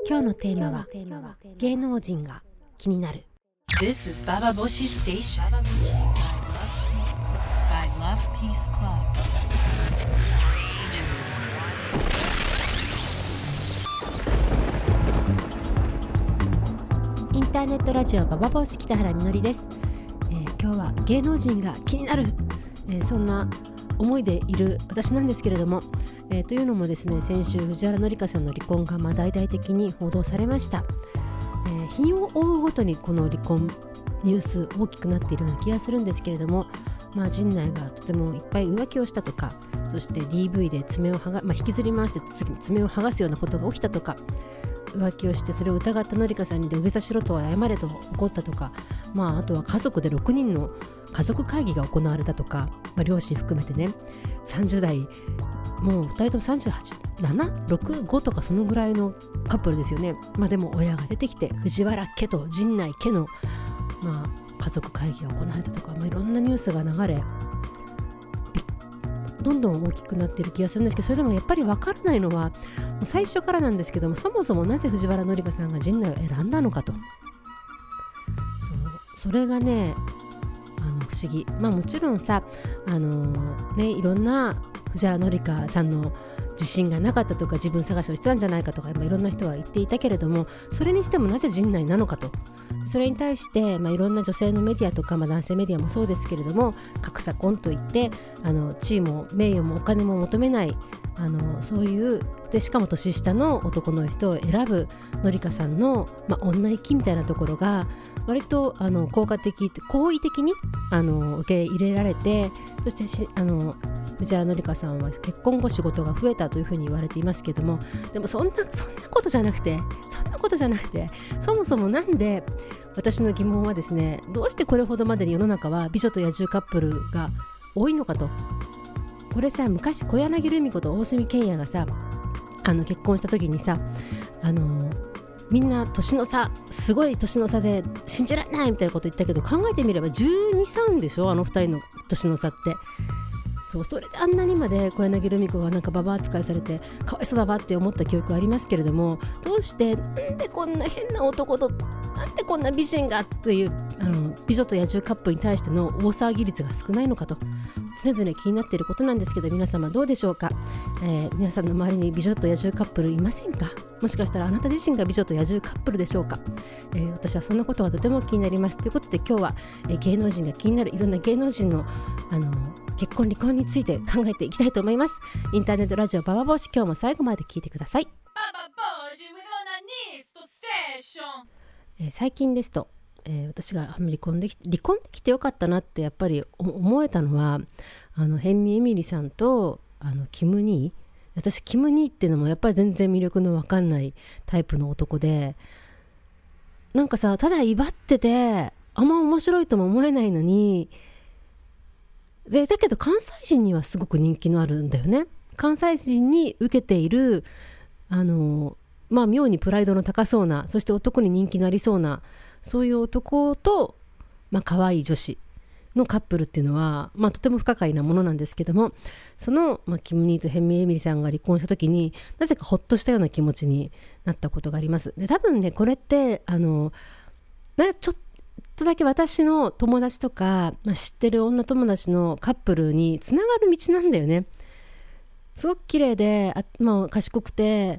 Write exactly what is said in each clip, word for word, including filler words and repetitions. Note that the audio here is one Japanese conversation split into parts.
今日のテーマは芸能人が気になる。 This is Baba Boshi Station by Love Peace Club. インターネットラジオババボシ北原みのりです、えー、今日は芸能人が気になる、えー、そんな思いでいる私なんですけれども、えー、というのもですね、先週藤原紀香さんの離婚がまあ大々的に報道されました、えー、日を追うごとにこの離婚ニュース大きくなっているような気がするんですけれども、まあ、陣内がとてもいっぱい浮気をしたとか、そして ディーブイ で爪をはが、まあ、引きずり回して爪を剥がすようなことが起きたとか、浮気をしてそれを疑った紀香さんに土下座しろと謝れと怒ったとか、まあ、あとは家族でろくにんの家族会議が行われたとか、まあ、両親含めてね、さんじゅう代もうふたりともさんじゅうはち、なな、ろく、ごとかそのぐらいのカップルですよね。まあ、でも親が出てきて藤原家と陣内家の、まあ、家族会議が行われたとか、まあ、いろんなニュースが流れどんどん大きくなっている気がするんですけど、それでもやっぱり分からないのはもう最初からなんですけども、そもそもなぜ藤原紀香さんが陣内を選んだのかと、 そ, それがねあの不思議。まあもちろんさ、あのー、ねいろんな藤原紀香さんの自信がなかったとか自分探しをしてたんじゃないかとか、まあ、いろんな人は言っていたけれども、それにしてもなぜ陣内なのかと、それに対して、まあ、いろんな女性のメディアとか、まあ、男性メディアもそうですけれども、格差婚といってあの地位も名誉もお金も求めない、あのそういうでしかも年下の男の人を選ぶ紀香さんの、まあ、女行きみたいなところが割とあの効果的、好意的にあの受け入れられて、そしてしあの藤原紀香さんは結婚後仕事が増えたというふうに言われていますけれども、でもそんなそんなことじゃなくてそんなことじゃなくてそもそもなんで、私の疑問はですね、どうしてこれほどまでに世の中は美女と野獣カップルが多いのかと。これさ、昔小柳ルミ子と大隅健也がさあの結婚した時にさ、あのみんな年の差すごい年の差で信じられないみたいなこと言ったけど、考えてみればじゅうに、さんでしょ、あのふたりの年の差って。そう、それであんなにまで小柳ルミ子がなんかババア扱いされてかわいそうだわって思った記憶ありますけれども、どうしてなんでこんな変な男となんでこんな美人がっていうあの美女と野獣カップルに対しての大騒ぎ率が少ないのかと常々気になっていることなんですけど、皆様どうでしょうか、えー、皆さんの周りに美女と野獣カップルいませんか？もしかしたらあなた自身が美女と野獣カップルでしょうか？えー、私はそんなことがとても気になります。ということで今日は、えー、芸能人が気になるいろんな芸能人の、あの結婚離婚について考えていきたいと思います。インターネットラジオババボシ、今日も最後まで聞いてください。えー、最近ですと、えー、私が離婚でき離婚できてよかったなってやっぱり思えたのは、あのヘンミエミリさんとあのキム・ニー。私キム・ニーっていうのもやっぱり全然魅力の分かんないタイプの男で、なんかさ、ただ威張っててあんま面白いとも思えないのに、でだけど関西人にはすごく人気のあるんだよね。関西人に受けているあのまあ妙にプライドの高そうな、そして男に人気のありそうな、そういう男と、まあ可愛い女子のカップルっていうのは、まあ、とても不可解なものなんですけども、その、まあ、キム・ニーとヘンミー・エミリさんが離婚した時になぜかほっとしたような気持ちになったことがあります。で多分ね、これってあのなんかちょっとだけ私の友達とか、まあ、知ってる女友達のカップルにつながる道なんだよね。すごく綺麗で、あ、まあ、賢くて、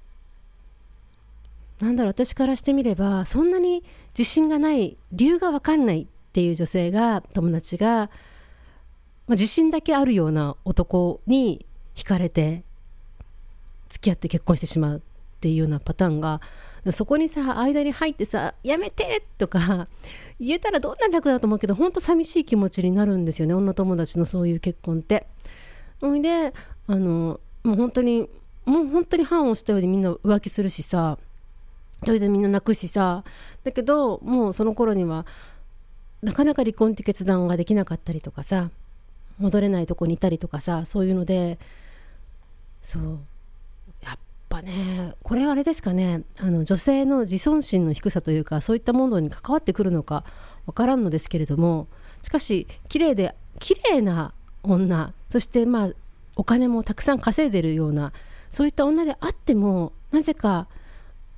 なんだろう、私からしてみればそんなに自信がない、理由が分かんないっていう女性が、友達が、まあ、自信だけあるような男に惹かれて付き合って結婚してしまうっていうようなパターンが、そこにさ間に入ってさやめてとか言えたらどんなに楽だと思うけど、本当寂しい気持ちになるんですよね、女友達のそういう結婚って。それであのもう本当にもう本当に判をしたようにみんな浮気するしさ、それでみんな泣くしさ、だけどもうその頃にはなかなか離婚って決断ができなかったりとかさ、戻れないとこにいたりとかさ、そういうので、そうやっぱね、これはあれですかね、あの女性の自尊心の低さというか、そういったものに関わってくるのかわからんのですけれども、しかし綺麗で綺麗な女、そしてまあお金もたくさん稼いでるような、そういった女であってもなぜか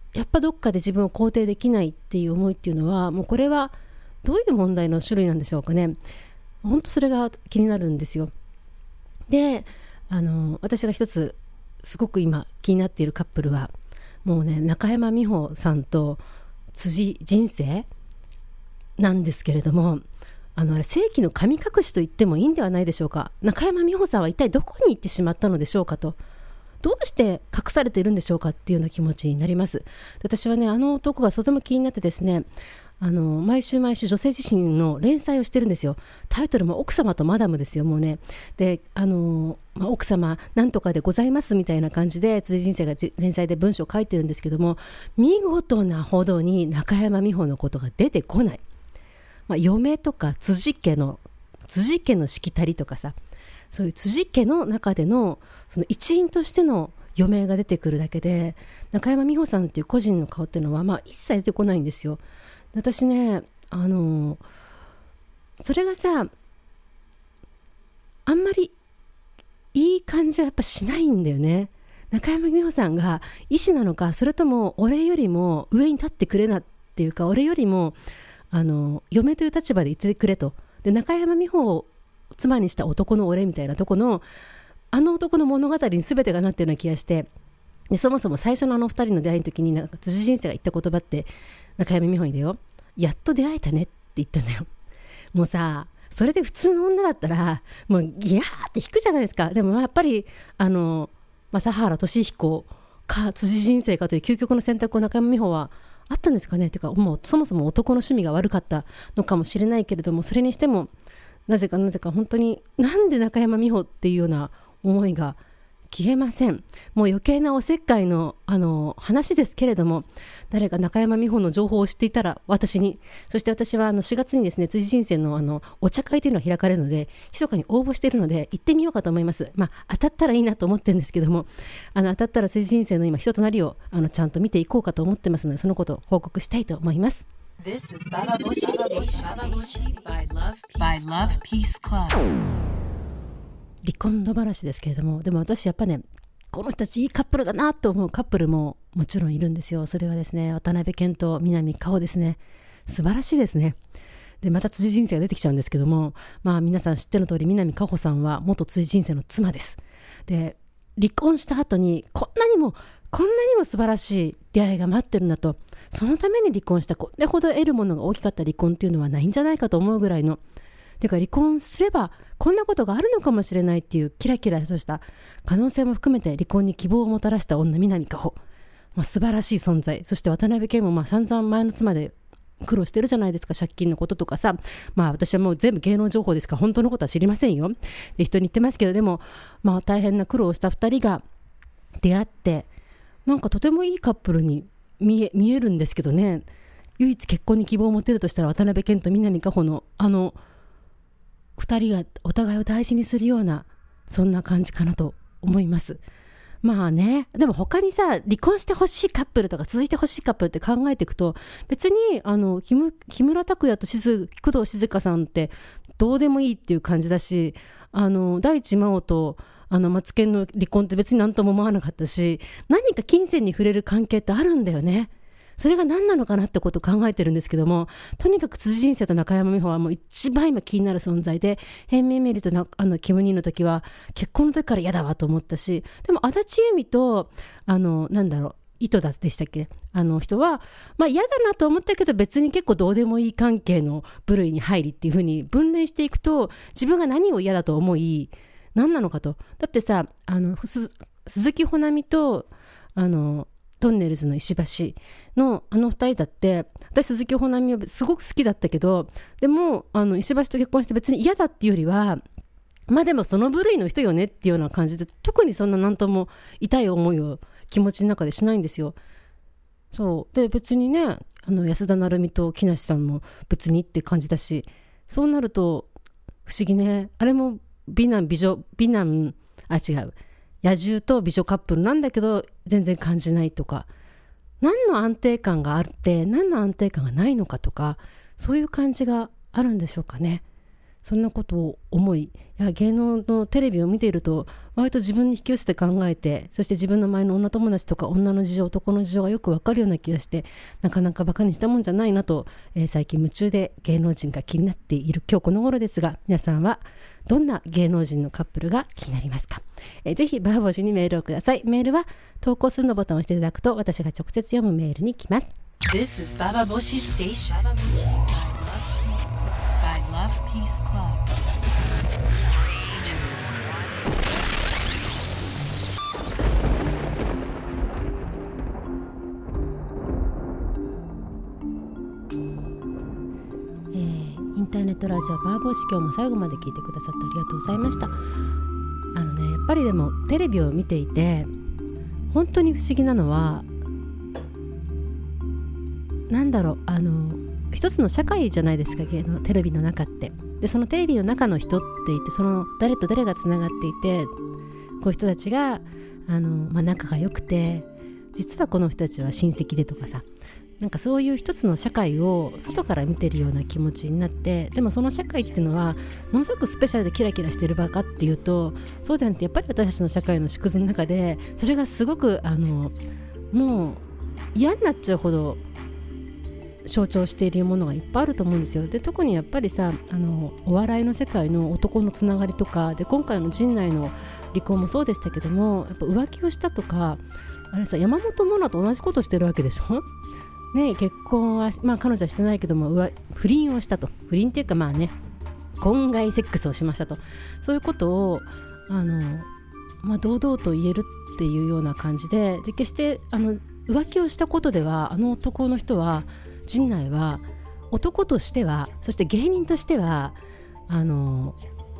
やっぱどっかで自分を肯定できないっていう思いっていうのは、もうこれはどういう問題の種類なんでしょうかね。本当それが気になるんですよ。で、あの私が一つすごく今気になっているカップルは、もうね、中山美穂さんと辻人生なんですけれども、あのあれ世紀の神隠しと言ってもいいんではないでしょうか。中山美穂さんは一体どこに行ってしまったのでしょうかと、どうして隠されているんでしょうかっていうような気持ちになります。私はね、あの男がとても気になってですね、あの毎週毎週女性自身の連載をしてるんですよ。タイトルも奥様とマダムですよ、もうね。で、あの、まあ、奥様なんとかでございますみたいな感じで辻人生が連載で文章を書いてるんですけども、見事なほどに中山美穂のことが出てこない。まあ、嫁とか辻家の辻家のしきたりとかさ、そういう辻家の中でのその一員としての余命が出てくるだけで、中山美穂さんっていう個人の顔っていうのは、まあ、一切出てこないんですよ。私ね、あのそれがさ、あんまりいい感じはやっぱしないんだよね。中山美穂さんが医師なのか、それとも俺よりも上に立ってくれなっていうか、俺よりもあの嫁という立場でいてくれと。で、中山美穂を妻にした男の俺みたいなとこのあの男の物語に全てがなってるような気がして、でそもそも最初のあの二人の出会いの時に、なんか辻人生が言った言葉って、中山美穂にだよ、やっと出会えたねって言ったんだよ。もうさ、それで普通の女だったらもうギャーって引くじゃないですか。でもやっぱりあの、まあ、田原俊彦か辻人生かという究極の選択を中山美穂はあったんですかね。というか、もうそもそも男の趣味が悪かったのかもしれないけれども、それにしてもなぜかなぜか本当になんで中山美穂っていうような思いが消えません。もう余計なおせっかいの、あの話ですけれども、誰か中山美穂の情報を知っていたら私に、そして私はあのしがつにですね、辻人生のあのお茶会というのが開かれるので、密かに応募しているので行ってみようかと思います。まあ当たったらいいなと思ってるんですけども、あの当たったら辻人生の今人となりをあのちゃんと見ていこうかと思ってますので、そのことを報告したいと思います。 This is Baba Boshi Station by Love Peace, by Love Peace Club. 離婚の話ですけれども、でも私やっぱね、この人たちいいカップルだなと思うカップルももちろんいるんですよ。それはですね、渡辺謙と南果歩ですね。素晴らしいですね。で、また辻人生が出てきちゃうんですけども、まあ皆さん知ってる通り、南果歩さんは元辻人生の妻です。で、離婚した後にこんなにもこんなにも素晴らしい出会いが待ってるんだと、そのために離婚した、これほど得るものが大きかった離婚っていうのはないんじゃないかと思うぐらいの、ていうか離婚すればこんなことがあるのかもしれないっていうキラキラとした可能性も含めて離婚に希望をもたらした女、南果歩、まあ、素晴らしい存在。そして渡辺謙もまあ散々前の妻で苦労してるじゃないですか。借金のこととかさ、まあ私はもう全部芸能情報ですから本当のことは知りませんよで人に言ってますけど、でもまあ大変な苦労をしたふたりが出会って、なんかとてもいいカップルに見え、見えるんですけどね。唯一結婚に希望を持てるとしたら渡辺謙と南果歩のあのふたりがお互いを大事にするような、そんな感じかなと思います。まあね、でも他にさ、離婚してほしいカップルとか続いてほしいカップルって考えていくと、別にあの 木, 木村拓哉と静工藤静香さんってどうでもいいっていう感じだし、あの大地真央とあのマツケンの離婚って別に何とも思わなかったし、何か金銭に触れる関係ってあるんだよね。それが何なのかなってことを考えてるんですけども、とにかく辻人生と中山美穂はもう一番今気になる存在で、ヘンミンミリとなあのキムニーの時は結婚の時から嫌だわと思ったし、でも足立由美とあのなんだろう糸田でしたっけ、あの人はまあ嫌だなと思ったけど、別に結構どうでもいい関係の部類に入りっていう風に分類していくと、自分が何を嫌だと思い何なのかと。だってさ、あの鈴木保奈美とあのトンネルズの石橋のあの二人だって、私鈴木保奈美はすごく好きだったけど、でもあの石橋と結婚して別に嫌だっていうよりは、まあでもその部類の人よねっていうような感じで、特にそんな何とも痛い思いを気持ちの中でしないんですよ。そうで、別にね、あの安田成美と木梨さんも別にって感じだし、そうなると不思議ね。あれも美男美女美男あ違う野獣と美女カップルなんだけど全然感じないとか、何の安定感があって何の安定感がないのかとか、そういう感じがあるんでしょうかね。 そんなことを思い、いや芸能のテレビを見ていると割と自分に引き寄せて考えて、そして自分の前の女友達とか女の事情、男の事情がよく分かるような気がして、なかなかバカにしたもんじゃないなと、えー、最近夢中で芸能人が気になっている今日この頃ですが、皆さんはどんな芸能人のカップルが気になりますか？えー、ぜひバーボシにメールをください。メールは投稿するのボタンを押していただくと私が直接読むメールに来ます。 This is Baba Boshi Station by Love Peace Club. えー、インターネットラジオバーボシ、今日も最後まで聞いてくださってありがとうございました。あのね、やっぱりでもテレビを見ていて本当に不思議なのは、なんだろう、あの一つの社会じゃないですか、芸能テレビの中って。でそのテレビの中の人って言って、その誰と誰がつながっていて、こういう人たちがあの、まあ、仲が良くて、実はこの人たちは親戚でとかさ、なんかそういう一つの社会を外から見てるような気持ちになって、でもその社会っていうのはものすごくスペシャルでキラキラしてる場かっていうと、そうではなくて、やっぱり私たちの社会の縮図の中でそれがすごくあのもう嫌になっちゃうほど象徴しているものがいっぱいあると思うんですよ。で特にやっぱりさ、あのお笑いの世界の男のつながりとかで、今回の陣内の離婚もそうでしたけども、やっぱ浮気をしたとか、あれさ、山本モナと同じことしてるわけでしょ。ね、結婚は、まあ、彼女はしてないけども不倫をしたと、不倫っていうかまあね、婚外セックスをしましたと、そういうことをあの、まあ、堂々と言えるっていうような感じで、で決してあの浮気をしたことでは、あの男の人は、陣内は男としては、そして芸人としては、あの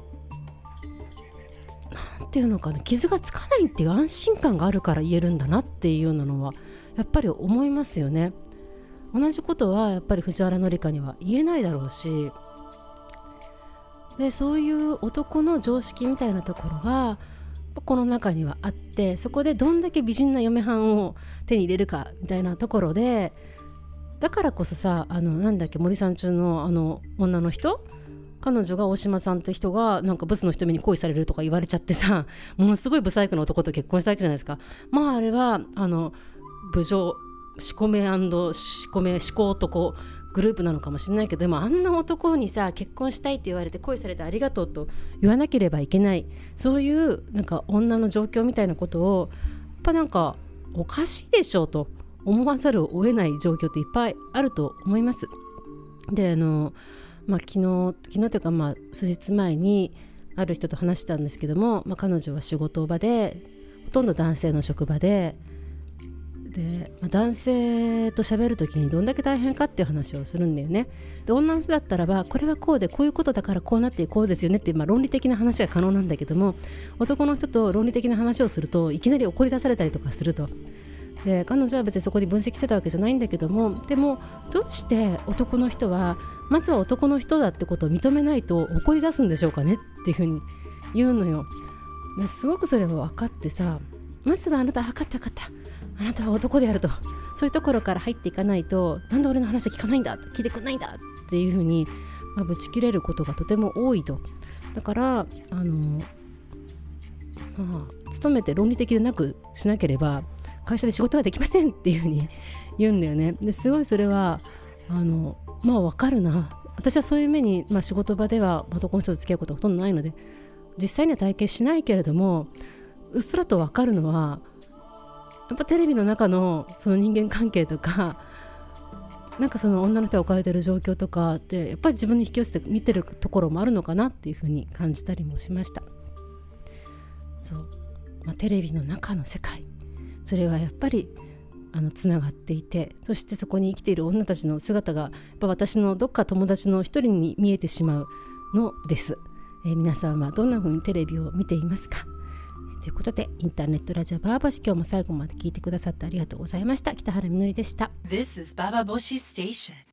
なんていうのかな、傷がつかないっていう安心感があるから言えるんだなっていうようなのはやっぱり思いますよね。同じことはやっぱり藤原紀香には言えないだろうし、でそういう男の常識みたいなところはこの中にはあって、そこでどんだけ美人な嫁はんを手に入れるかみたいなところで、だからこそさ、あのなんだっけ、森さん中のあの女の人、彼女が大島さんって人がなんかブスの瞳に恋されるとか言われちゃってさ、ものすごいブサイクな男と結婚したわけじゃないですか。まああれはあの部上しこめしこめしこ男グループなのかもしれないけど、でもあんな男にさ、結婚したいって言われて恋されてありがとうと言わなければいけない、そういうなんか女の状況みたいなことをやっぱなんかおかしいでしょうと思わざるを得ない状況っていっぱいあると思います。であの、まあ、昨日昨日というか、まあ、数日前にある人と話したんですけども、まあ、彼女は仕事場でほとんど男性の職場でで、まあ、男性と喋るときにどんだけ大変かっていう話をするんだよね。で女の人だったらば、これはこうでこういうことだからこうなってこうですよねっていう、まあ、論理的な話が可能なんだけども、男の人と論理的な話をするといきなり怒り出されたりとかすると。で彼女は別にそこに分析してたわけじゃないんだけども、でもどうして男の人はまずは男の人だってことを認めないと怒り出すんでしょうかねっていうふうに言うのよ。ですごくそれが分かってさ、まずはあなた分かった分かったあなたは男であると、そういうところから入っていかないと、なんで俺の話聞かないんだ、聞いてくれないんだっていうふうに、まあ、ぶち切れることがとても多いと。だからあの、まあ、勤めて論理的でなくしなければ会社で仕事ができませんっていうふうに言うんだよね。ですごいそれはあのまあわかるな。私はそういう目に、まあ、仕事場では男の人と付き合うことはほとんどないので実際には体験しないけれども、うっすらとわかるのはやっぱテレビの中のその人間関係とか、なんかその女の人が置かれている状況とかってやっぱり自分に引き寄せて見てるところもあるのかなっていうふうに感じたりもしました。そう、まあ、テレビの中の世界、それはやっぱりあのつながっていて、そしてそこに生きている女たちの姿がやっぱ私のどっか友達の一人に見えてしまうのです。えー、皆さんはどんな風にテレビを見ていますか？ということで、インターネットラジオバーボシ、今日も最後まで聞いてくださってありがとうございました。北原みのりでした。 This is Baba Boshi Station.